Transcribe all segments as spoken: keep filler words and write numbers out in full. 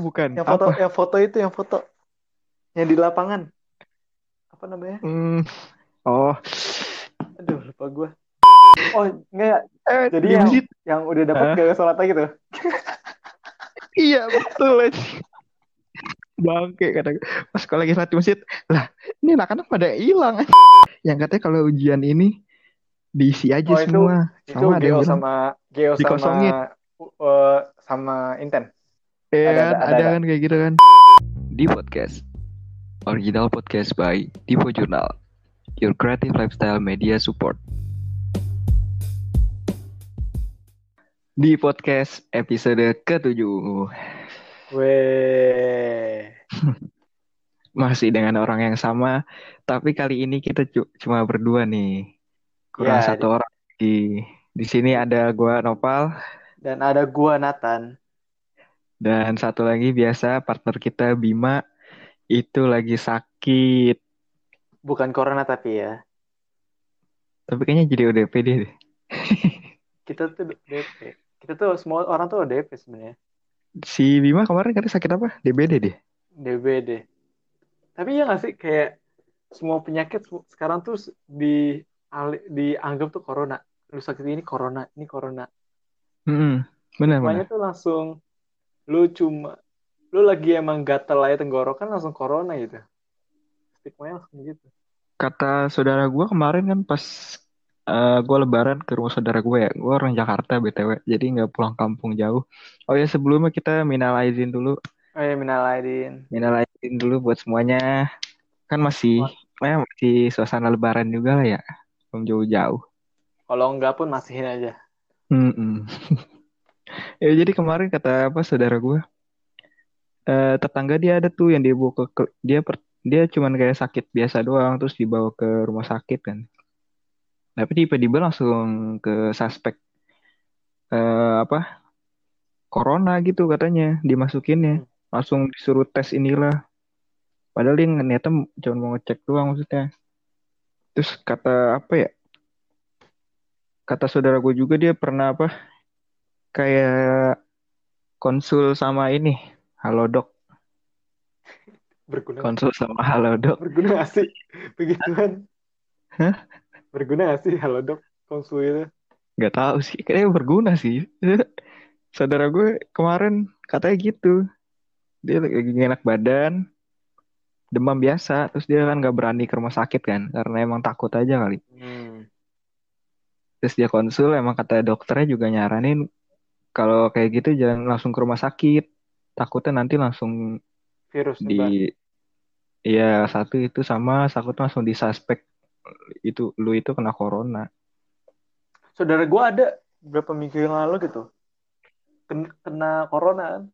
bukan. Yang foto, Apa? yang foto itu, yang foto yang di lapangan. Apa namanya? Hmm. Oh, Aduh, lupa gue. Oh, enggak. eh Jadi di yang masjid. yang udah dapat Hah? gak sholat lagi tuh. Iya betul aja. Bangke kadang pas kalau lagi sholat di masjid lah, ini anak-anak pada hilang. Yang katanya kalau ujian ini diisi aja Oh, itu semua. itu Sama ada yang Geo bilang sama Geo sama dikosongin. uh, sama Inten. Iya Ada kan, ada ada ada ada. kan kayak gitu kan. Di podcast, original podcast by Divo Journal, your creative lifestyle media support. Di podcast episode ketujuh Weh. masih dengan orang yang sama, tapi kali ini kita cu- cuma berdua nih, kurang Ya, satu di- orang di di sini ada gua Nopal dan ada gua Nathan. dan satu lagi biasa partner kita Bima itu lagi sakit, Bukan corona tapi ya. tapi kayaknya jadi O D P deh. Kita tuh D P. Kita tuh semua orang tuh D P sebenarnya. Si Bima kemarin katanya sakit apa? D B D deh. D B D. Tapi ya nggak sih kayak semua penyakit se- sekarang tuh s- di ali- dianggap tuh corona. Lu sakit ini corona, ini corona. Hmm, Stigmanya benar-benar. tuh langsung lu cuma lu lagi emang gatel aja tenggorokan langsung corona gitu. Stigmanya langsung gitu. Kata saudara gue kemarin kan pas eh gue lebaran ke rumah saudara gue ya, gue orang Jakarta B T W, jadi nggak pulang kampung jauh. Oh ya sebelumnya kita minal aizin dulu, Oh ya minal aidin. minal aizin dulu buat semuanya. Kan masih, Oh, eh, masih suasana lebaran juga lah ya, belum jauh-jauh. kalau enggak pun masihin aja. Mm-mm. Ya jadi kemarin kata apa saudara gue, eh, tetangga dia ada tuh yang dibawa ke, ke- dia per, dia cuman kayak sakit biasa doang, terus dibawa ke rumah sakit kan. Tapi tiba-tiba langsung ke suspek eh, apa corona gitu katanya dimasukinnya, Hmm. langsung disuruh tes inilah, padahal dia niatnya cuma mau ngecek doang maksudnya. Terus kata apa ya, kata saudara gue juga dia pernah apa kayak konsul sama ini Halodoc, Berguna nggak? konsul sama Halodoc. Berguna nggak sih begituan? Hah? Berguna nggak sih halo dok konsul itu? Nggak tahu sih, kayaknya berguna sih. Saudara gue kemarin katanya gitu, dia lagi nggak enak badan, demam biasa, terus dia kan nggak berani ke rumah sakit kan karena emang takut aja kali. Hmm. Terus dia konsul, emang kata dokternya juga nyaranin kalau kayak gitu jangan langsung ke rumah sakit. Takutnya nanti langsung Virus nyebar. di, ya satu itu sama takutnya langsung disuspek itu lu itu kena corona. Saudara gue ada berapa minggu yang lalu gitu kena, kena corona kan.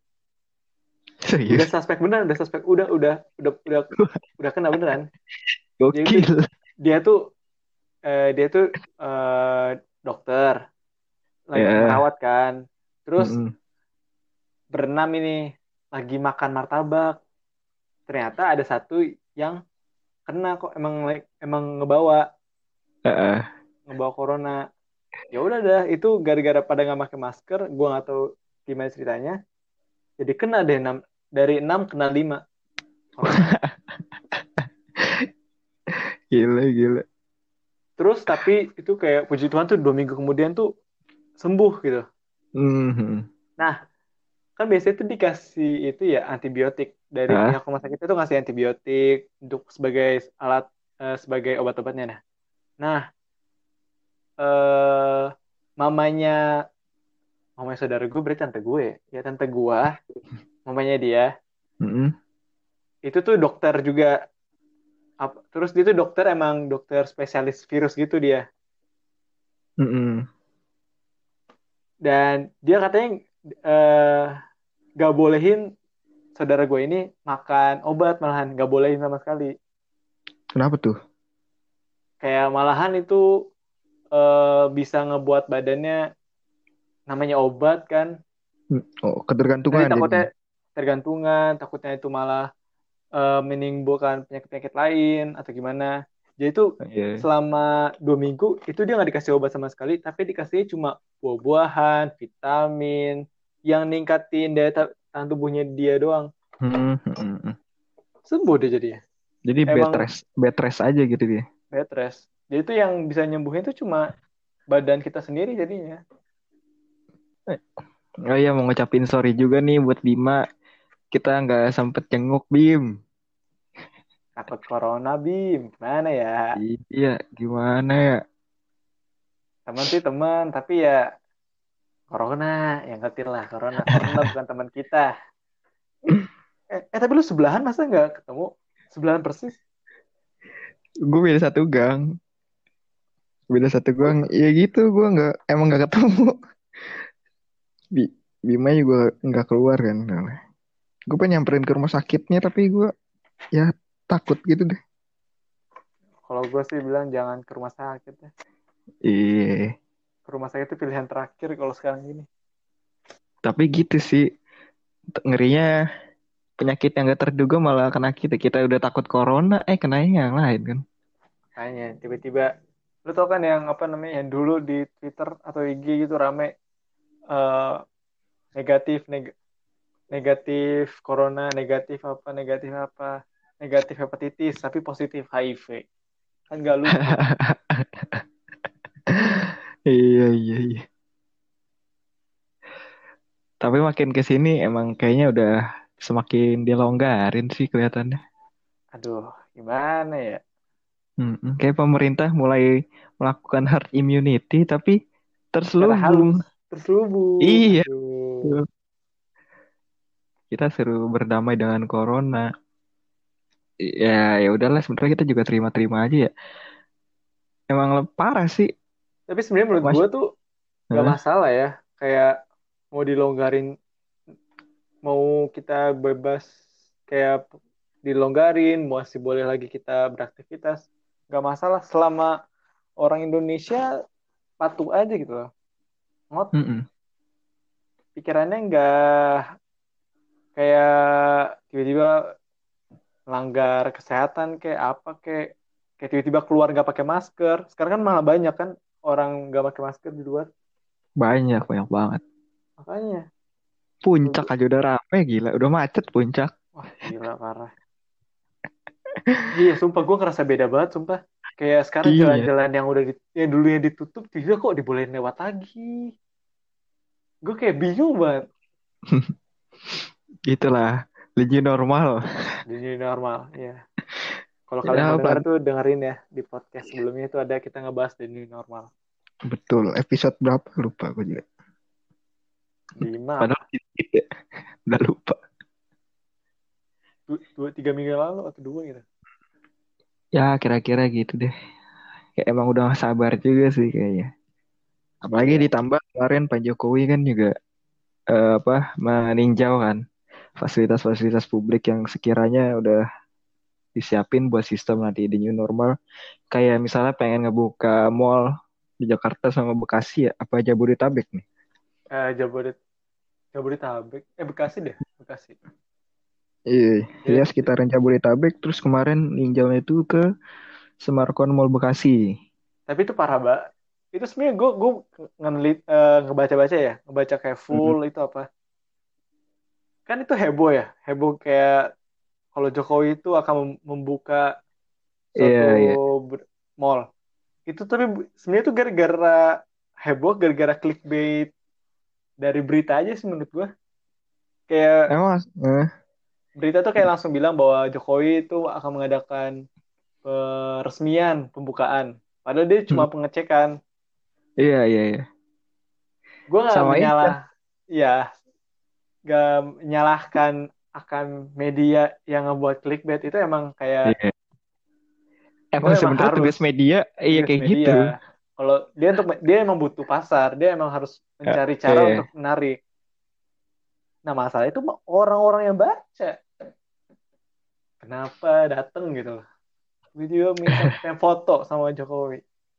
Udah Serius? suspek beneran, udah suspek, udah udah udah udah udah kena beneran. Jadi tuh Gokil. dia tuh eh, dia tuh eh, dokter lagi Ya. merawat kan. Terus Mm-mm. berenam ini lagi makan martabak. Ternyata ada satu yang kena kok emang emang ngebawa Heeh. ngebawa corona. Ya udah dah itu gara-gara pada nggak pakai masker gue nggak tahu gimana ceritanya jadi kena deh enam dari enam kena lima corona Gila, gila. terus tapi itu kayak puji Tuhan tuh dua minggu kemudian tuh sembuh gitu. Mhm. Nah kan biasanya tuh dikasih itu ya antibiotik dari pihak Ah, rumah sakit itu ngasih antibiotik untuk sebagai alat eh, sebagai obat-obatnya nah nah eh mamanya mamanya saudara gue berarti tante gue ya tante gue mamanya dia mm-mm. itu tuh dokter juga. Ap- terus dia tuh dokter emang dokter spesialis virus gitu dia Mm-mm. dan dia katanya eh gak bolehin saudara gue ini makan obat malahan gak bolehin sama sekali Kenapa tuh? kayak malahan itu eh, bisa ngebuat badannya namanya obat kan Mm. Oh, nanti ketergantungan takutnya jadinya. tergantungan takutnya itu malah eh, menimbulkan penyakit-penyakit lain atau gimana jadi itu Iya. selama dua minggu itu dia nggak dikasih obat sama sekali tapi dikasih cuma buah-buahan vitamin yang ningkatin daya ta- tahan tubuhnya dia doang. Hmm, hmm, hmm. Sembuh deh jadinya. Jadi bed Emang rest, bed rest aja gitu dia. bed rest. Jadi itu yang bisa nyembuhin itu cuma badan kita sendiri jadinya. Eh, Oh iya mau ngucapin sorry juga nih buat Bima. Kita nggak sempet jenguk Bim. Takut corona, Bim. Gimana ya? Iya, gimana ya? Teman sih teman, tapi ya corona. Yang ngerti lah, corona. Corona bukan teman kita. Eh, eh, tapi lu sebelahan masa nggak ketemu? Sebelahan persis? Gue beda satu gang, beda satu Oh, gang. Iya gitu, gue nggak emang nggak ketemu. Bi- Bima juga nggak keluar kan. Gue pengen nyamperin ke rumah sakitnya tapi gue ya takut gitu deh. kalau gue sih bilang jangan ke rumah sakit ya. Iya, Ke rumah sakit itu pilihan terakhir kalau sekarang gini. tapi gitu sih ngerinya penyakit yang gak terduga malah kena kita. Kita udah takut corona, eh kenanya yang lain kan. Kayaknya tiba-tiba, lu tau kan yang apa namanya, yang dulu di Twitter atau I G gitu rame, eh, negatif, neg- negatif corona, negatif apa, negatif apa, negatif hepatitis, tapi positif H I V. Kan gak lucu. Iya, iya, iya. Tapi makin ke sini emang kayaknya udah semakin dilonggarin sih kelihatannya. Aduh, gimana ya? Mm-mm. Kayak pemerintah mulai melakukan herd immunity tapi Secara terselubung. halus, terselubung. Iya, Aduh. betul. Kita suruh berdamai dengan corona. Ya, ya udahlah. Sebenarnya kita juga terima-terima aja ya. Emang le- parah sih, Tapi sebenarnya menurut Mas. gue tuh gak Hah? masalah ya. Kayak mau dilonggarin, mau kita bebas, kayak dilonggarin, masih boleh lagi kita beraktivitas. Gak masalah selama orang Indonesia patuh aja gitu loh. Ngot, Mm-mm. pikirannya nggak kayak tiba-tiba melanggar kesehatan kayak apa kayak kayak tiba-tiba keluar nggak pakai masker. Sekarang kan malah banyak kan orang nggak pakai masker di luar. Banyak, banyak banget. Makanya, Puncak aja udah rame, gila. Udah macet puncak. wah gila parah. Iya, sumpah gue ngerasa beda banget, sumpah. Kayak sekarang Iya. jalan-jalan yang udah di, yang dulunya ditutup, tiba kok dibolehin lewat lagi. Gue kayak bingung banget. Itulah. Lagi normal. Di new normal, ya. Kalau kalian mau Ya, dengar pelan. tuh dengerin ya di podcast sebelumnya itu ada kita ngebahas the new normal. Betul. Episode berapa? Lupa gue juga. Lima apa? Padahal dikit ya. Udah lupa. Dua, dua tiga minggu lalu atau dua gitu. Ya, kira-kira gitu deh. Kayak emang udah gak sabar juga sih kayaknya. Apalagi Iya. ditambah kemarin Pak Jokowi kan juga eh, apa meninjau kan fasilitas-fasilitas publik yang sekiranya udah disiapin buat sistem nanti di new normal. Kayak misalnya pengen ngebuka mall di Jakarta sama Bekasi ya, apa Jabodetabek nih? Eh, Jabodet, Jabodetabek. Eh, Bekasi deh. Bekasi. Iya, ya Dia, sekitaran Jabodetabek. Terus kemarin ninjaunya itu ke Semarkon Mall Bekasi. tapi itu parah, Mbak. Itu sebenarnya gue gue ngelit eh, ngebaca-baca ya, ngebaca kayak Hmm. full itu apa. Kan itu heboh ya. Heboh kayak kalau Jokowi itu akan mem- membuka Iya, suatu iya. ber- mall. Itu tapi bu- sebenarnya itu gara-gara heboh, gara-gara clickbait dari berita aja sih menurut gue. Kayak Emang eh, berita tuh kayak langsung bilang bahwa Jokowi itu akan mengadakan peresmian pembukaan. Padahal dia hmm, cuma pengecekan. iya, iya, iya. Gue nggak Sama ini menyalah, kan. ya, nggak menyalahkan akan media yang ngebuat clickbait itu emang kayak Iya. itu Emang emang sebenarnya harus tugas media iya tugas kayak media. gitu. Kalau dia untuk dia emang butuh pasar, dia emang harus Ya, mencari cara untuk iya. menarik. Nah masalah itu orang-orang yang baca kenapa datang gitu loh. Video minta pengen foto sama Jokowi.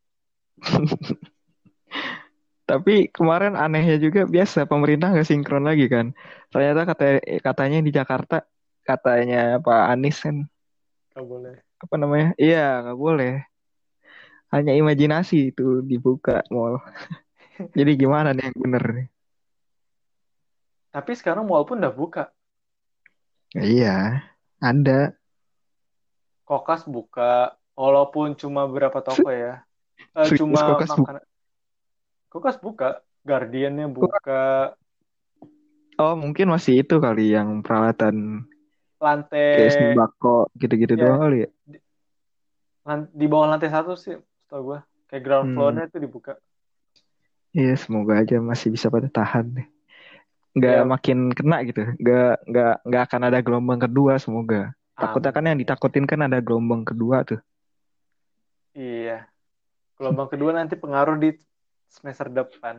Tapi kemarin anehnya juga biasa pemerintah nggak sinkron lagi kan. Ternyata kata katanya di Jakarta katanya Pak Anies kan Gak boleh. apa namanya? Iya nggak boleh. Hanya imajinasi itu dibuka mall. Jadi gimana nih yang bener nih? Tapi sekarang mall pun udah buka. Iya, ada. Kokas buka, walaupun cuma berapa toko ya. Eh, cuma Serius kokas buka. makanan. Kokas buka, Guardiannya buka, Oh, mungkin masih itu kali yang peralatan kayak lantai sembako gitu-gitu doang ya kali ya. di, lan- di bawah lantai satu sih, setahu gue. Kayak ground Hmm, floor-nya itu dibuka. iya semoga aja masih bisa pada tahan deh. Nggak Ya, makin kena gitu. Nggak nggak nggak akan ada gelombang kedua semoga. Takutnya kan yang amin. ditakutin kan ada gelombang kedua tuh. Iya, gelombang kedua nanti pengaruh di semester depan.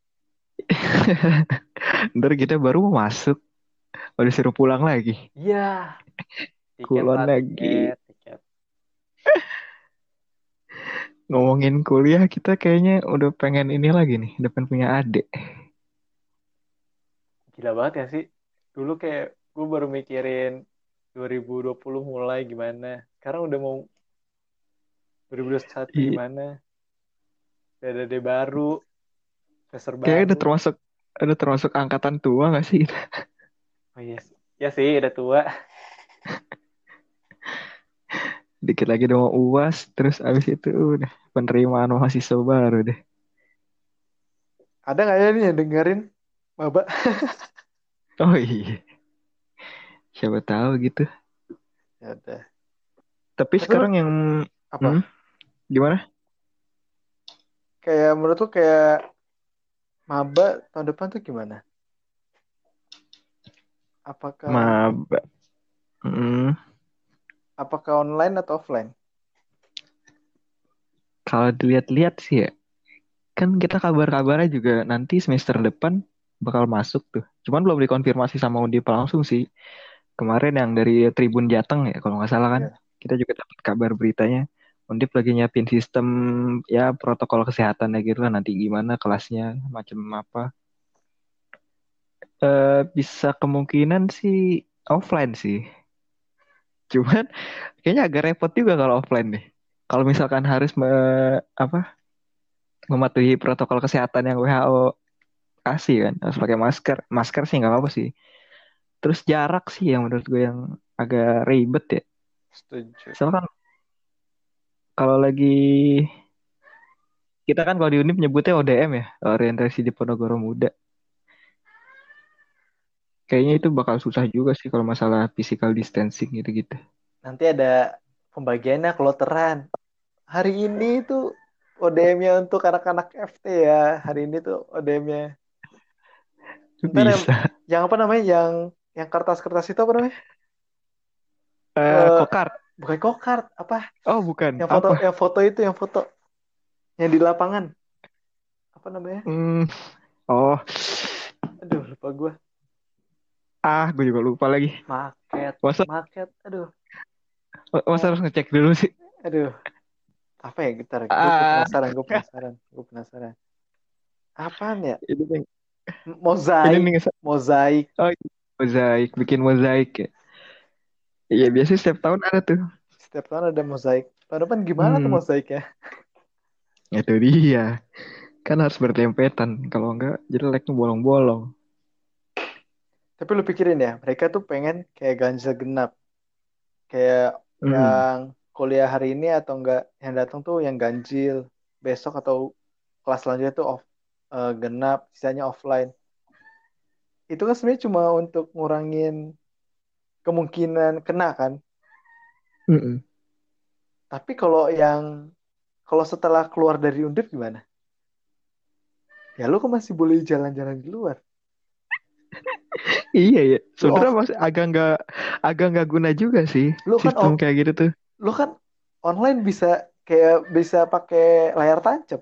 Ntar kita baru mau masuk, udah suruh pulang lagi. Iya, tiket Kulon lah, lagi. tiket, tiket. Ngomongin kuliah kita kayaknya udah pengen ini lagi nih. Udah pengen punya adik. Gila banget ya sih. Dulu kayak gue baru mikirin dua ribu dua puluh mulai gimana. Sekarang udah mau dua ribu dua puluh satu Iya, gimana. Udah ada ide baru, semester kayaknya udah baru. termasuk udah termasuk angkatan tua gak sih? Oh iya sih. Ya sih, udah tua. Dikit lagi udah mau UAS, terus abis itu udah penerimaan mahasiswa baru deh. Ada nggak ya nih yang dengerin, Maba? Oh iya, siapa tahu gitu. Ya udah. Tapi Tapi lu sekarang yang hmm, apa? gimana? Kayak menurut lu kayak maba tahun depan tuh gimana? Apakah Maba. Hmm, apakah online atau offline? kalau dilihat-lihat sih ya, kan kita kabar-kabarnya juga nanti semester depan bakal masuk tuh. Cuman belum dikonfirmasi sama Undip langsung sih. Kemarin yang dari Tribun Jateng ya kalau nggak salah kan, Iya. kita juga dapat kabar beritanya. Undip lagi nyiapin sistem ya protokol kesehatannya gitu lah nanti gimana kelasnya macam apa. Eh, bisa kemungkinan sih offline sih. Cuman kayaknya agak repot juga kalau offline nih. Kalau misalkan harus me- apa mematuhi protokol kesehatan yang W H O kasih kan, harus pakai masker. Masker sih nggak apa-apa sih. Terus jarak sih yang menurut gue yang agak ribet ya. Setuju. Soalnya kan kalau lagi kita kan kalau di Unip nyebutnya O D M ya, orientasi di Ponorogo Muda. Kayaknya itu bakal susah juga sih kalau masalah physical distancing gitu-gitu. Nanti ada pembagiannya kloteran. Hari ini tuh O D M-nya untuk anak-anak F T ya. Hari ini tuh O D M-nya. Ntar yang, Bisa. yang apa namanya? Yang yang kertas-kertas itu apa namanya? Eh, Eh, kokart. bukan kokart, apa? Oh, bukan. Yang foto, Apa? yang foto itu, yang foto, yang di lapangan, apa namanya? Hmm. Oh, Aduh, lupa gue. ah, gue juga lupa lagi. Market, Masa, market. Aduh, masa oh, harus ngecek dulu sih? aduh. Apa ya gitar? Gue Ah, penasaran, gue penasaran, gue penasaran. Apaan ya? ini nih, ini Mozaik, nih. nges- mozaik. Oh, iya. Mozaik, bikin mozaik ya. Iya, biasanya setiap tahun ada tuh. Setiap tahun ada mozaik. Tahun depan gimana tuh Hmm, mozaiknya? itu dia. Kan harus bertempetan. Kalau enggak, jeleknya bolong-bolong. Tapi lu pikirin ya, mereka tuh pengen kayak ganjil genap. Kayak Hmm. yang kuliah hari ini atau enggak yang datang tuh yang ganjil. Besok atau kelas selanjutnya tuh off, eh, genap, sisanya offline. Itu kan sebenarnya cuma untuk ngurangin kemungkinan kena kan. Mm-mm. Tapi kalau yang kalau setelah keluar dari Undip gimana? Ya lu kan masih boleh jalan-jalan di luar. Iya ya, Lu sebenarnya off, masih agak nggak agak nggak guna juga sih lu kan sistem off, kayak gitu tuh. lu kan online bisa kayak bisa pakai layar tancap.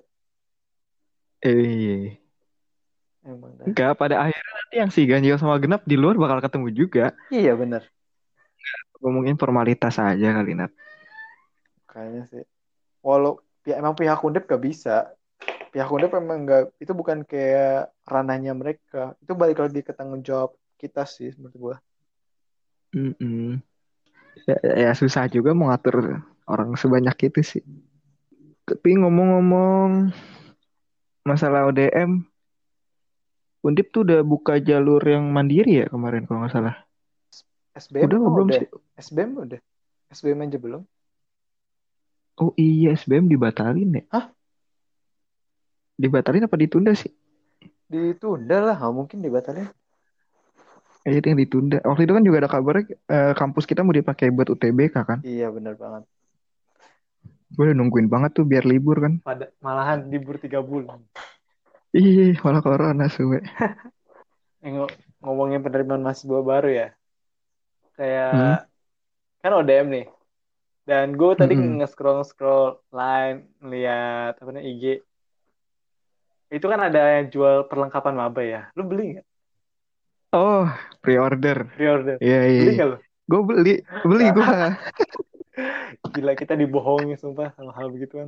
Eh, Emang dah. enggak pada akhirnya nanti yang si ganjil sama genap di luar bakal ketemu juga. Iya bener. Ngomongin formalitas aja kali Nat. Kayaknya sih. Walau ya emang pihak Undip gak bisa. Pihak Undip emang gak, itu bukan kayak ranahnya mereka. Itu balik lagi ke tanggung jawab kita sih menurut gua. Mm-mm. Ya, ya susah juga mengatur orang sebanyak itu sih. Tapi ngomong-ngomong masalah O D M, Undip tuh udah buka jalur yang mandiri ya kemarin kalau nggak salah. S B M Udah apa emang belum udah. sih? S B M udah. S B M aja belum. Oh iya, S B M dibatalin ya? Hah? Dibatalin apa ditunda sih? Ditunda lah. Nggak mungkin dibatalin. Kayaknya itu yang ditunda. Waktu itu kan juga ada kabarnya eh, kampus kita mau dipakai buat U T B K kan? Iya bener banget. Gue udah nungguin banget tuh biar libur kan. Pada malahan libur tiga bulan. Ih, malah corona suwe. Eh, ngo- ngomongin penerimaan mahasiswa baru ya. Hmm? Kayak kan O D M nih. Dan gue tadi Mm-mm. nge-scroll scroll line lihat apa namanya I G. Itu kan ada yang jual perlengkapan maba ya. Lu beli nggak? Oh, pre-order. Pre-order. Iya, iya, Beli iya. nggak lu? Gue beli, beli gue. Gila kita dibohongi sumpah sama hal begituan.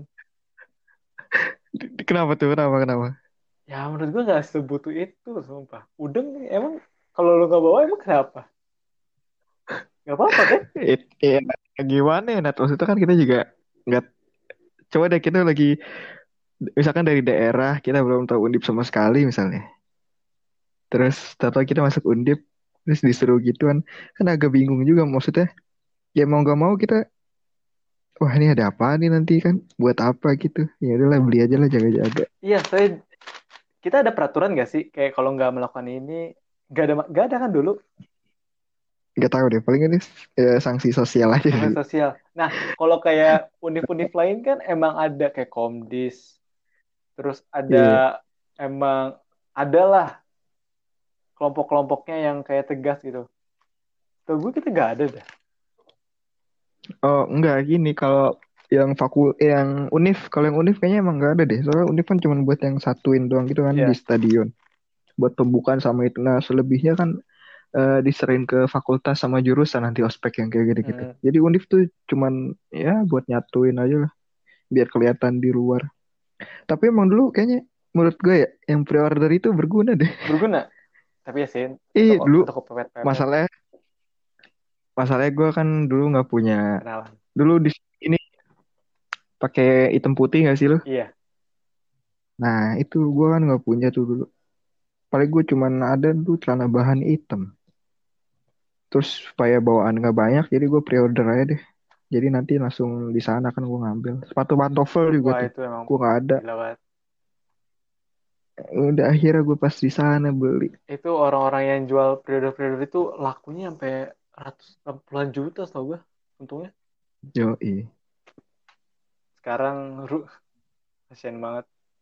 Kenapa tuh? Kenapa? Kenapa? Ya menurut gue nggak sebutuh itu sumpah. Udeng nih, emang kalau lu nggak bawa emang kenapa? Nggak apa-apa kan? It, iya, gimana ya, Nat? Maksudnya kan kita juga nggak. Coba deh kita lagi, misalkan dari daerah kita belum tahu Undip sama sekali misalnya. Terus tahu kita masuk Undip, terus disuruh gituan, kan agak bingung juga maksudnya. Ya mau nggak mau kita, wah ini ada apa nih nanti kan? Buat apa gitu? Ya udahlah beli aja lah jaga-jaga. Iya, saya kita ada peraturan nggak sih? Kayak kalau nggak melakukan ini nggak ada nggak ada kan dulu Nggak tahu deh, paling ini ya, sanksi sosial aja sanksi sih. sosial. Nah, kalau kayak univ-univ lain kan emang ada kayak Komdis, terus ada Iya. emang adalah kelompok-kelompoknya yang kayak tegas gitu. Tuh gue kita nggak ada dah. Oh enggak gini kalau yang fakul eh, yang univ kalau yang univ kayaknya emang nggak ada deh. Soalnya univ kan cuma buat yang satuin doang gitu kan di Iya. stadion. Buat pembukaan sama itu. Nah selebihnya kan eh, diserahin ke fakultas sama jurusan nanti ospek yang kayak gitu-gitu. Hmm. Jadi univ tuh cuman ya buat nyatuin aja lah biar kelihatan di luar. Tapi emang dulu kayaknya menurut gue ya yang pre-order itu berguna deh. Berguna. Tapi ya sih Ih untuk dulu untuk kepepet-pepet masalahnya masalahnya gue kan dulu nggak punya kenalan. dulu di ini pakai hitam putih nggak sih lu? Iya. Nah itu gue kan nggak punya tuh dulu. Paling gue cuman ada dulu celana bahan hitam. Terus supaya bawaan nggak banyak, jadi gue pre-order aja deh. Jadi nanti langsung di sana kan gue ngambil. Sepatu pantofel juga Wah tuh, itu emang gue nggak ada. gila banget. Udah akhirnya gue pas di sana beli. Itu orang-orang yang jual periode-periode itu lakunya sampai ratus puluhan juta tau gue untungnya. Yoi. Sekarang ru kasian banget.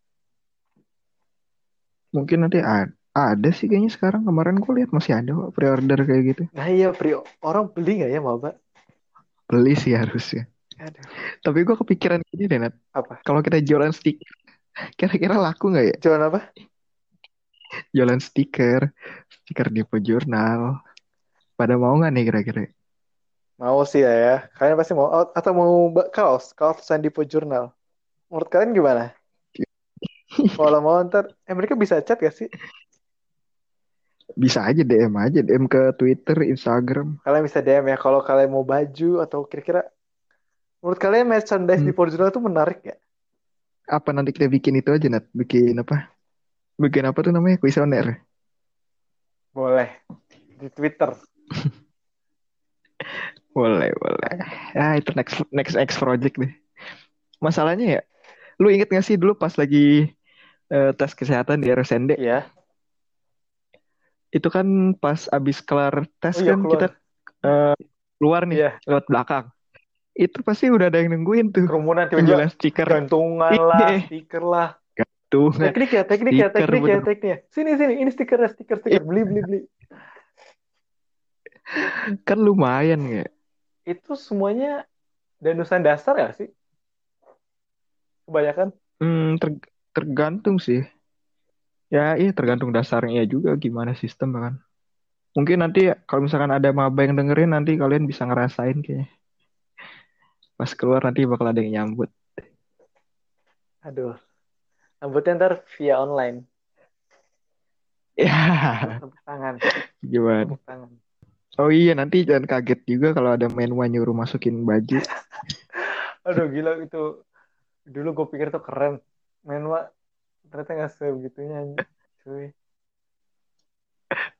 Mungkin nanti ada, ada sih kayaknya sekarang. Kemarin gue lihat masih ada kok pre-order kayak gitu. Nah iya Pri, orang beli nggak ya maba? Beli sih harusnya. Aduh. Tapi gue kepikiran gini deh, Nat. Apa? Kalau kita jualan stiker, kira-kira laku nggak ya? Jualan apa? Jualan stiker, stiker di jurnal. Pada mau nggak nih kira-kira? Mau sih ya, ya. Kalian pasti mau. Oh, atau mau ba- kaos, kaos Sandipo Jurnal. Menurut kalian gimana? Kalau mau ntar, eh mereka bisa chat gak sih? Bisa aja D M aja, D M ke Twitter, Instagram. Kalian bisa D M ya. Kalau kalian mau baju atau kira-kira, menurut kalian merchandise Hmm. di Jurnal itu menarik gak? Apa nanti kita bikin itu aja, Nat? Bikin apa? Bikin apa tuh namanya? Kuesioner. Boleh di Twitter. Boleh, boleh. Ah, itu next next X project deh. Masalahnya ya, lu inget gak sih dulu pas lagi eh, tes kesehatan di R S N D? Iya. Itu kan pas abis kelar tes Oh iya kan kita keluar. eh, keluar nih Iya. lewat belakang. Itu pasti udah ada yang nungguin tuh. Kerumunan Yang tiba-tiba jualan stiker. gantungan lah, Iya, stiker lah. tuh nggak Teknik ya, teknik ya, stiker teknik ya, bener. tekniknya. Sini, sini, ini stikernya, stiker, Ih, stiker. Beli, beli, beli. kan lumayan ya. Itu semuanya danusan dasar gak sih? Kebanyakan. Hmm, ter- tergantung sih. Ya, iya tergantung dasarnya juga gimana sistem kan. Mungkin nanti kalau misalkan ada maba yang dengerin nanti kalian bisa ngerasain kayaknya. Pas keluar nanti bakal ada yang nyambut. Aduh, rambutnya ntar via online. Tepuk, Ya, tepuk tangan, gimana? tepuk tangan. Oh iya nanti jangan kaget juga kalau ada menwa nyuruh masukin baju. Aduh, gila itu. Dulu gue pikir tuh keren. Menwa ternyata gak sebegitunya, cuy.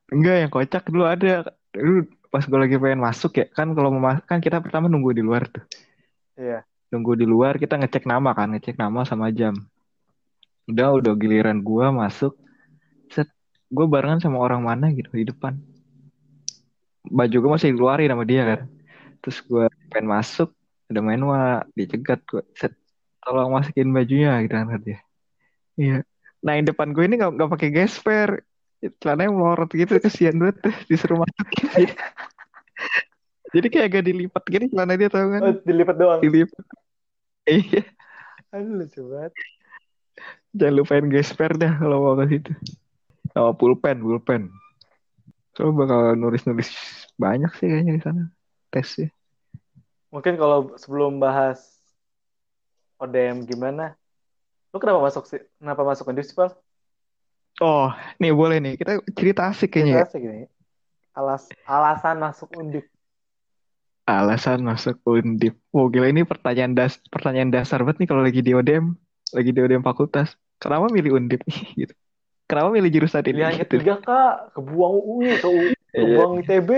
Enggak, yang kocak dulu ada. Dulu pas gue lagi pengen masuk ya, kan kalau mau masuk kan kita pertama nunggu di luar tuh. Iya. Nunggu di luar kita ngecek nama kan, ngecek nama sama jam. Udah, udah giliran gue masuk. Set, gue barengan sama orang mana gitu di depan. Baju gue masih dikeluarin sama dia kan. Iya. Terus gue pengen masuk, udah main wah, dicegat gue. Set, tolong masukin bajunya gitu kan kata dia. Iya. Nah, yang depan gue ini nggak nggak pakai gesper. Celananya melorot gitu, kesian banget tuh, disuruh masukin. Jadi, jadi kayak agak dilipat gini celana dia, tau kan? Oh, dilipat doang. Dilipat. Iya. Aduh, lucu banget. Jangan lupain gesper dah kalau mau ke situ. Sama pulpen, pulpen. Coba kalau nulis-nulis banyak sih kayaknya di sana tesnya. Mungkin kalau sebelum bahas O D M gimana, lu kenapa masuk sih? Kenapa masuk Undip sih, Pal? Oh, nih boleh nih. Kita cerita asik kayaknya Cerita ya. sih gini. Alas alasan masuk Undip. Alasan masuk Undip. Oh gila, ini pertanyaan das pertanyaan dasar banget nih kalau lagi di O D M, lagi di O D M fakultas. Kenapa milih Undip nih gitu? Kenapa milih jurusan ini Pilihan gitu? ketiga, Kak, kebuang U I, ke U, Iya. kebuang I T B.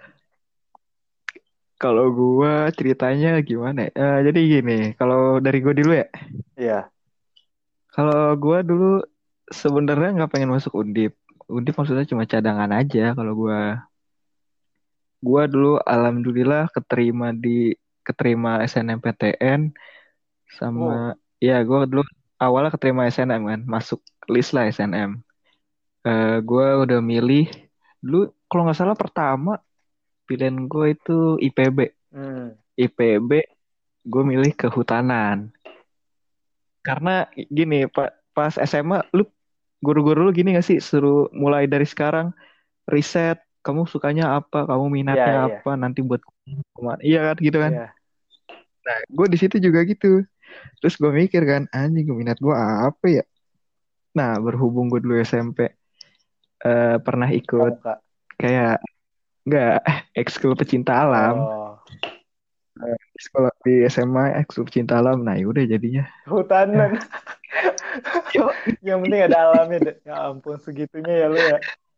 Kalau gua ceritanya gimana ya? Eh, jadi gini, kalau dari gua dulu ya. Iya. Kalau gua dulu sebenarnya nggak pengen masuk Undip. Undip maksudnya cuma cadangan aja. Kalau gua, gua dulu alhamdulillah keterima di keterima S N M P T N sama Oh, ya gua dulu awalnya keterima S N M kan, masuk list lah S N M. Eh, gua udah milih dulu kalau nggak salah pertama pilihan gue itu I P B. hmm. I P B gue milih kehutanan. Karena gini, Pak, pas S M A lu guru-guru lu gini gak sih, suruh mulai dari sekarang riset, kamu sukanya apa, kamu Iya, minatnya iya, apa, nanti buat kemana. Iya kan gitu kan. iya. Nah, gue di situ juga gitu. Terus gue mikir kan, anjing minat gue apa ya? Nah, berhubung gue dulu S M P eh, pernah ikut Pramuka. kayak nggak ekskul pecinta alam. Oh, Eh, Sekolah di S M A ekskul pecinta alam. Nah, yaudah jadinya. kehutanan. Yo, Yang penting ada alamnya deh. Ya ampun, segitunya ya lu ya.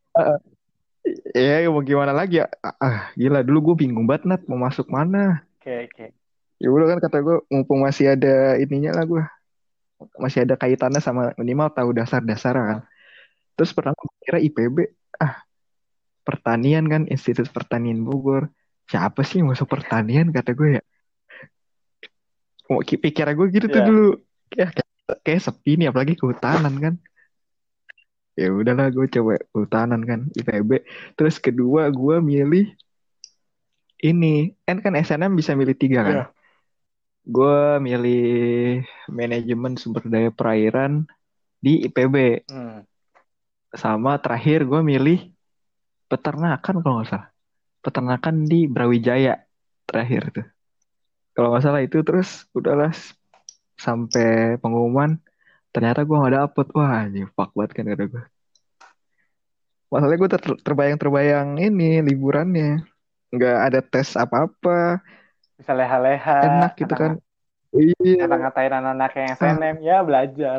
ya mau gimana lagi ya? Ah, ah, gila dulu gue bingung banget Nat mau masuk mana. Oke, oke. Ya udah kan kata gue mumpung masih ada ininya lah gue, masih ada kaitannya sama minimal tahu dasar-dasar kan. Nah, Terus pertama gue kira I P B, ah pertanian kan Institut Pertanian Bogor. Siapa sih yang masuk pertanian kata gue ya. Mau pikir gue gitu tuh ya. dulu. Ya kayak, kayak sepi nih apalagi kehutanan kan. Ya udahlah gue coba kehutanan kan I P B. Terus kedua gue milih ini, kan kan S N M bisa milih tiga kan. Iya. Gue milih manajemen sumber daya perairan di I P B. Hmm. Sama terakhir gue milih peternakan kalau nggak salah. Peternakan di Brawijaya terakhir tuh. Kalau nggak salah itu terus udahlah sampai pengumuman ternyata gue nggak dapet. Wah anjing fuck banget kan kata gue. Masalahnya gue ter- terbayang-terbayang ini liburannya. Nggak ada tes apa-apa. Bisa leha-leha, Enak gitu kan. ngata-ngata, Iya. ngata-ngatain anak-anak yang Ah, S N M. Ya, belajar.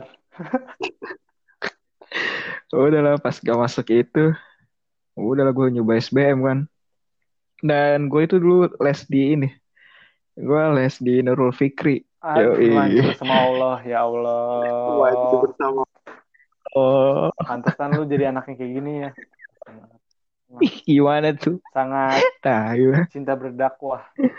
udahlah pas gak masuk itu. Udahlah gue nyoba S B M kan. Dan gue itu dulu les di ini. Gue les di Nurul Fikri. Aduh, maju Yoi. bersama Allah. Ya Maju Allah. bersama. Oh, Pantesan lu jadi anaknya kayak gini ya. Sangat, ih, gimana tuh? sangat Nah, gimana? cinta berdakwah.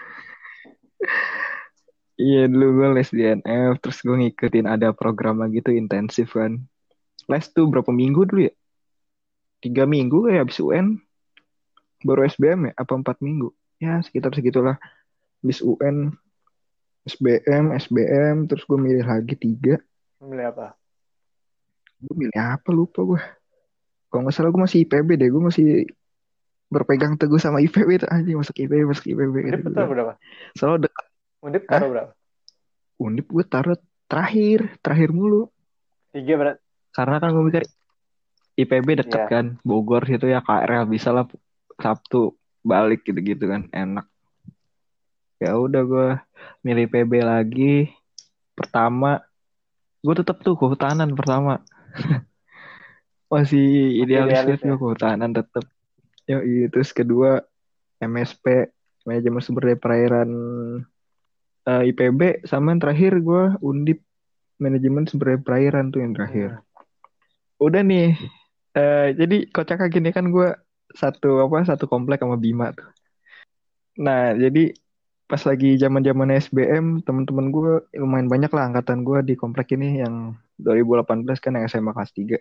Iya dulu gue les di N F, terus gue ngikutin ada program gitu intensif kan. Les tuh berapa minggu dulu ya? Tiga minggu kayak habis U N, baru S B M ya? Apa empat minggu? Ya sekitar segitulah. Habis U N, S B M, S B M, terus gue milih lagi tiga. Milih apa? Gue milih apa lupa gue. Kalau nggak salah gue masih I P B deh, gue masih berpegang teguh sama I P B tuh anjing masuk I P B, masuk I P B gitu Undip gue betul kan. berapa? Selalu dekat. Undip Hah? taruh berapa? Undip gue taruh terakhir, terakhir mulu. Tiga berat. Karena kan gue mikir I P B deket Ya. kan, Bogor situ ya K R L bisa lah Sabtu balik gitu-gitu kan, enak. Ya udah gue milih P B lagi. Pertama, gue tetap tuh kehutanan pertama. Masih Masih idealis idealis banget ya. gue kehutanan tetap. Ya, terus kedua M S P, manajemen sumber daya perairan, eh, I P B, sama yang terakhir gue Undip, manajemen sumber daya perairan tuh yang terakhir. Hmm. Udah nih, eh, jadi kocak gini kan gue satu apa satu komplek sama Bima tuh. Nah, jadi pas lagi zaman-zaman S B M, teman-teman gue lumayan banyak lah angkatan gue di komplek ini yang dua ribu delapan belas kan yang S M A kelas tiga.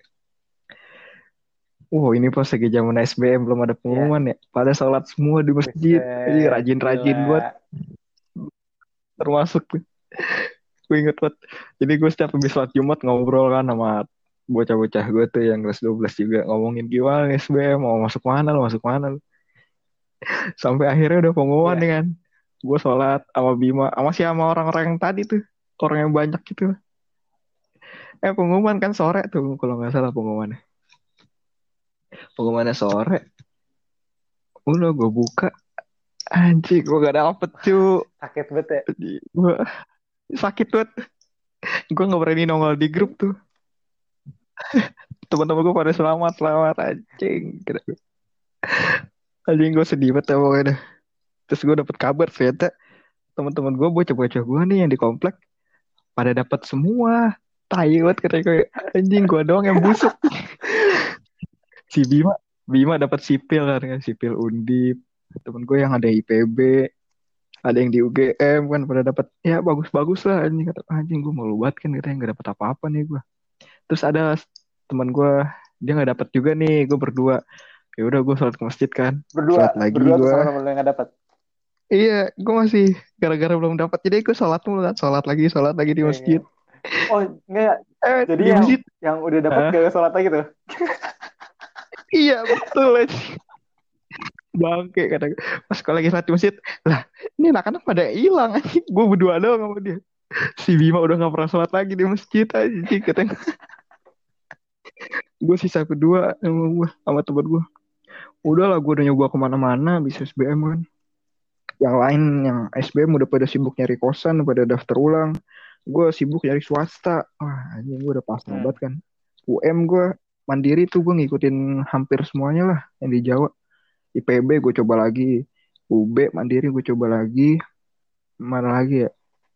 Wow, ini pas lagi zaman S B M belum ada Iya. pengumuman ya. Pada sholat semua di masjid. Ini Buset, rajin-rajin buat gila. termasuk. Gue inget banget. Jadi gue setiap habis sholat Jumat ngobrol kan sama bocah-bocah gue tuh yang kelas dua belas juga. Ngomongin gimana S B M, mau masuk mana lo, masuk mana lo. Sampai akhirnya udah pengumuman nih Iya. kan. Gue sholat sama Bima, sama si sama orang-orang yang tadi tuh. Orang yang banyak gitu. Eh pengumuman kan sore tuh kalau nggak salah pengumumannya. Pengumumannya sore. Udah gue buka. Anjing gue gak dapet cu. Sakit banget ya. Gue sakit banget. Gue gak berani nongol di grup tuh. Teman-teman gue pada selamat, selamat anjing. Kira gue. Anjing gue sedih banget ya pokoknya dah. Terus gue dapet kabar ternyata teman-teman gue bocah-bocah gue nih yang di komplek pada dapat semua. Tai banget kata gue. Anjing gue doang yang busuk. Si Bima, Bima dapat sipil kan, kan sipil Undip. Temen gue yang ada I P B, ada yang di U G M kan pada dapat ya bagus-bagus lah anjing kata anjing gue malu banget kan katanya nggak dapat apa-apa nih gue. Terus ada teman gue dia nggak dapat juga nih gue berdua. Ya udah gue sholat ke masjid kan, Berdua, sholat lagi berdua tuh gue. sama temen lu yang gak dapat. Iya, gue masih gara-gara belum dapat jadi gue sholat mulu kan, sholat lagi, sholat lagi di Iya, iya. masjid. Oh, enggak. Eh Jadi di yang masjid, yang udah dapat ah gak sholat lagi tuh. iya betul anjing. Bangke kata gue. Pas kalau lagi sholat di masjid, lah ini anak-anak pada hilang anjing. Gue berdua doang sama dia. Si Bima udah gak pernah sholat lagi di masjid anjing katanya. Gue sisa kedua sama gue sama temen gue. Udah lah gue udah nyoba kemana-mana bisa S B M kan. Yang lain yang S B M udah pada sibuk nyari kosan, pada daftar ulang. Gue sibuk nyari swasta. Wah anjing gue udah pasrah Hmm. banget kan. U M gue mandiri tuh gue ngikutin hampir semuanya lah yang di Jawa. I P B gue coba lagi. U B mandiri gue coba lagi. Mana lagi ya?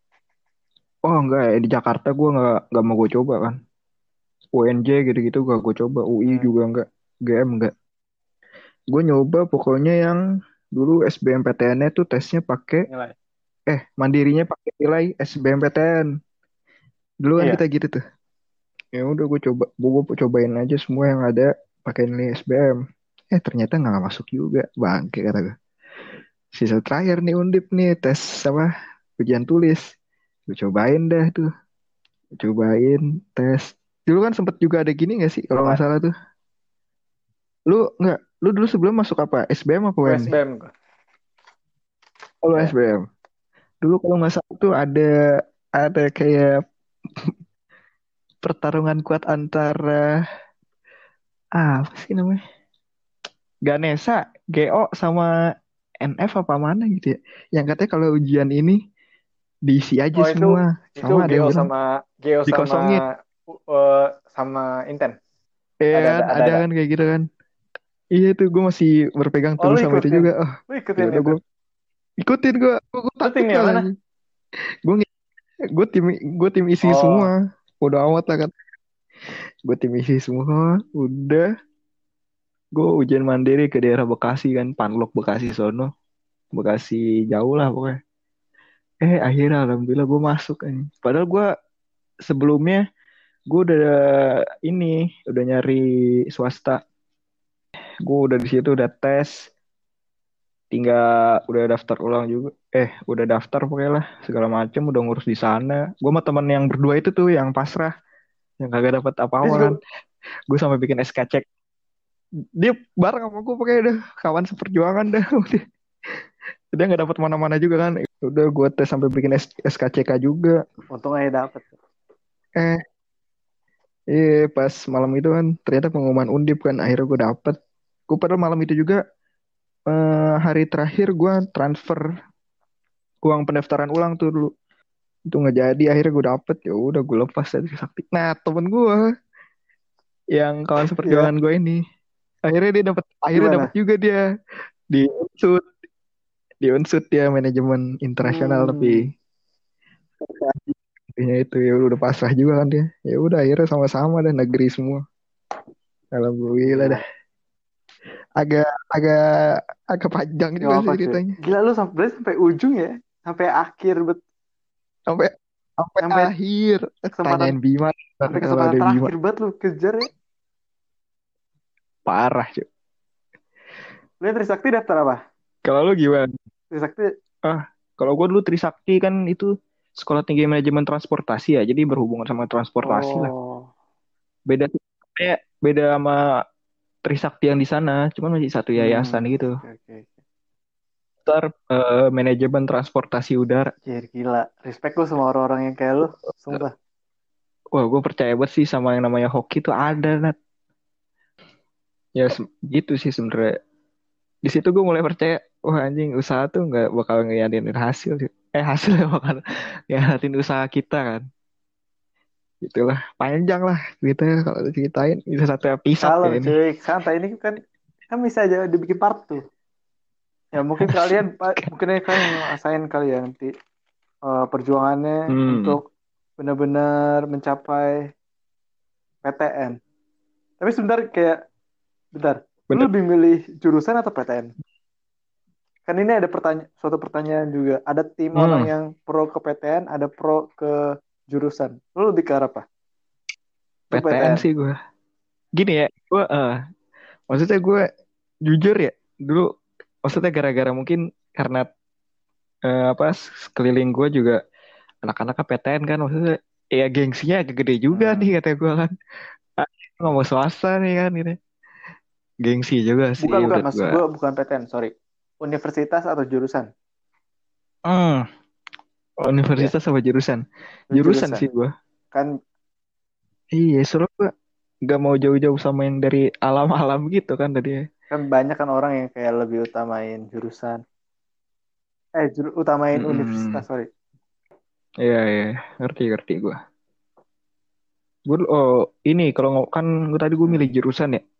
Oh enggak ya di Jakarta gue nggak nggak mau gue coba kan. U N J gitu-gitu gak gue coba. U I Hmm. juga enggak. G M enggak. Gue nyoba pokoknya yang dulu S B M P T N-nya tuh tesnya pakai Nilai. eh mandirinya pakai nilai S B M P T N. Dulu kan kita Iya. gitu tuh. Ya udah gue coba, gue cobain aja semua yang ada pakai nilai S B M. Eh ternyata nggak masuk juga, bangke kata gue. Sisa terakhir nih Undip nih tes apa ujian tulis. Gue cobain dah tuh, cobain tes. Dulu kan sempet juga ada gini gak sih kalau nggak Apaan? salah tuh. Lu nggak, lu dulu sebelum masuk apa? S B M apa U M nih? U S B M gua. Oh, lu Ya. S B M. Dulu kalau nggak salah tuh ada ada kayak pertarungan kuat antara ah, apa sih namanya? Ganesa, G O sama N F apa mana gitu ya. Yang katanya kalau ujian ini diisi aja Oh itu semua. itu Sama ada yang Geo bilang sama Geo sama dikosongin. uh, sama Inten. Iya Ada ada kan, ada ada ada. kan kayak gitu kan. Iya tuh gue masih berpegang Oh teguh lu sama itu ikutin. juga. Oh, Lu ya ikutin udah itu. gue ikutin gue. Gue, gue Lu takut tim yang malah. mana? Gue gue tim gue tim isi semua. Oh, Udah amat lah kan. Gue tim isi semua. Udah gue ujian mandiri ke daerah Bekasi kan, Panlok Bekasi sono. Bekasi jauh lah pokoknya. Eh akhirnya alhamdulillah gue masuk kan. Padahal gue sebelumnya gue udah ini udah nyari swasta. Gue udah di situ udah tes, tinggal udah daftar ulang juga. Eh udah daftar pokoknya lah segala macem udah ngurus di sana. Gue sama teman yang berdua itu tuh yang pasrah, yang kagak dapet dia apa-apa kan. juga. Gue sampai bikin S K cek. Dia bareng sama gue pokoknya udah kawan seperjuangan dah. Dia nggak dapat mana-mana juga kan. Udah gue tes sampai bikin S- SKCK juga. Untung aja dapet. Eh, iya pas malam itu kan ternyata pengumuman Undip kan akhirnya gue dapet. Gue padahal malam itu juga eh, hari terakhir gue transfer uang pendaftaran ulang tuh dulu. Itu nggak jadi akhirnya gue dapet ya udah gue lepas dari sakti. Nah temen gue yang kawan Iya. seperjuangan gue ini Akhirnya dia dapat, akhirnya dapat Gimana? juga dia di Unsud, di Unsud dia manajemen internasional tapi Hmm, intinya itu ya udah pasrah juga kan dia. Ya udah akhirnya sama-sama dan negeri semua. Alhamdulillah gila. dah. Agak agak agak panjang Gak juga sih apa cuy. ceritanya. Gila lu sampai sampai ujung ya, sampai akhir bet, Sampai sampai sampai akhir. kesempatan Tanyain Bima ntar sampai kalau kesempatan ada Bima. terakhir bet lu kejar ya. Parah cuy. Lu yang Trisakti daftar apa? Kalau lu gimana? Trisakti. Ah, kalau gua dulu Trisakti kan itu Sekolah Tinggi Manajemen Transportasi ya, jadi berhubungan sama transportasi lah. Oh, Beda kayak beda sama Trisakti yang di sana, cuman masih satu yayasan hmm, gitu. oke oke. Ntar eh, manajemen transportasi udara. Jadi gila. Respect lu sama orang-orang yang kayak lu. Sumpah. Wah, gue percaya banget sih sama yang namanya hoki itu ada, Nat. Ya se- gitu sih sebenarnya. Di situ gue mulai percaya, wah anjing usaha tuh nggak bakal ngeliatin hasil sih. Eh hasilnya bakal ngeliatin usaha kita kan. Itulah panjang lah gitu kalau ceritain bisa satu episode ya Kalem ini. cuy. Santai ini kan kan bisa aja dibikin part tuh. Ya mungkin kalian pa- mungkin kalian ngerasain kali ya nanti eh, perjuangannya Hmm, untuk benar-benar mencapai P T N. Tapi sebentar kayak bentar. Lu bener. lebih milih jurusan atau P T N? Kan ini ada pertanyaan suatu pertanyaan juga. Ada tim orang Hmm, yang pro ke P T N, ada pro ke jurusan. Lu lebih ke arah apa? Lu P T N P T N. sih gue. Gini ya, gue eh maksudnya gue jujur ya dulu maksudnya gara-gara mungkin karena eh, apa sekeliling gue juga anak-anak P T N kan maksudnya ya gengsinya agak gede juga nih Hmm. kata gue kan. Ah, nggak mau swasta nih kan ini. Gengsi juga sih Bukan, bukan. menurut Maksud gue. gue bukan P T N, sorry. Universitas atau jurusan? Hmm, Ya, universitas sama jurusan. lu Jurusan jurusan. sih gue. Kan Iya, soalnya gue nggak mau jauh-jauh sama yang dari alam-alam gitu kan tadi. kan banyak kan orang yang kayak lebih utamain jurusan. Eh, juru, utamain Hmm, universitas, sorry. iya, iya, ngerti, ngerti gue. Gue, oh, ini kalau ngo- kan gue tadi gue Hmm. milih jurusan ya.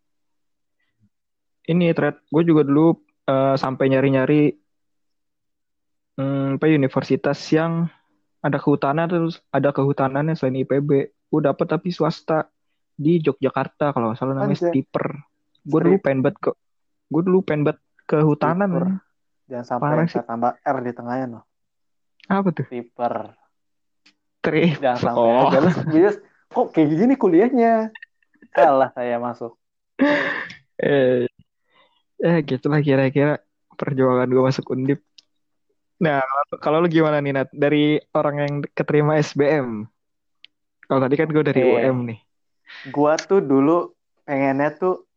Ini thread gue juga dulu eh, sampai nyari-nyari hmm, apa universitas yang ada kehutanan terus ada kehutanannya selain I P B. Gue dapet tapi swasta di Yogyakarta kalau nggak salah namanya Anjay, Stiper. Gue dulu strip, pengen banget ke gue dulu pengen banget kehutanan stripper. aja. Jangan sampai Parah ntar sih. tambah R di tengahnya loh. Apa tuh? Stripper. Trip. Jangan sampai Oh. aja. Lu bias, kok kayak gini kuliahnya? Salah saya masuk. Eh, eh gitulah kira-kira perjuangan gue masuk Undip. Nah, kalau kalau lu gimana nih Nat? Dari orang yang keterima S B M. Kalau tadi kan gue dari Oke, U M nih. gua tuh dulu pengennya tuh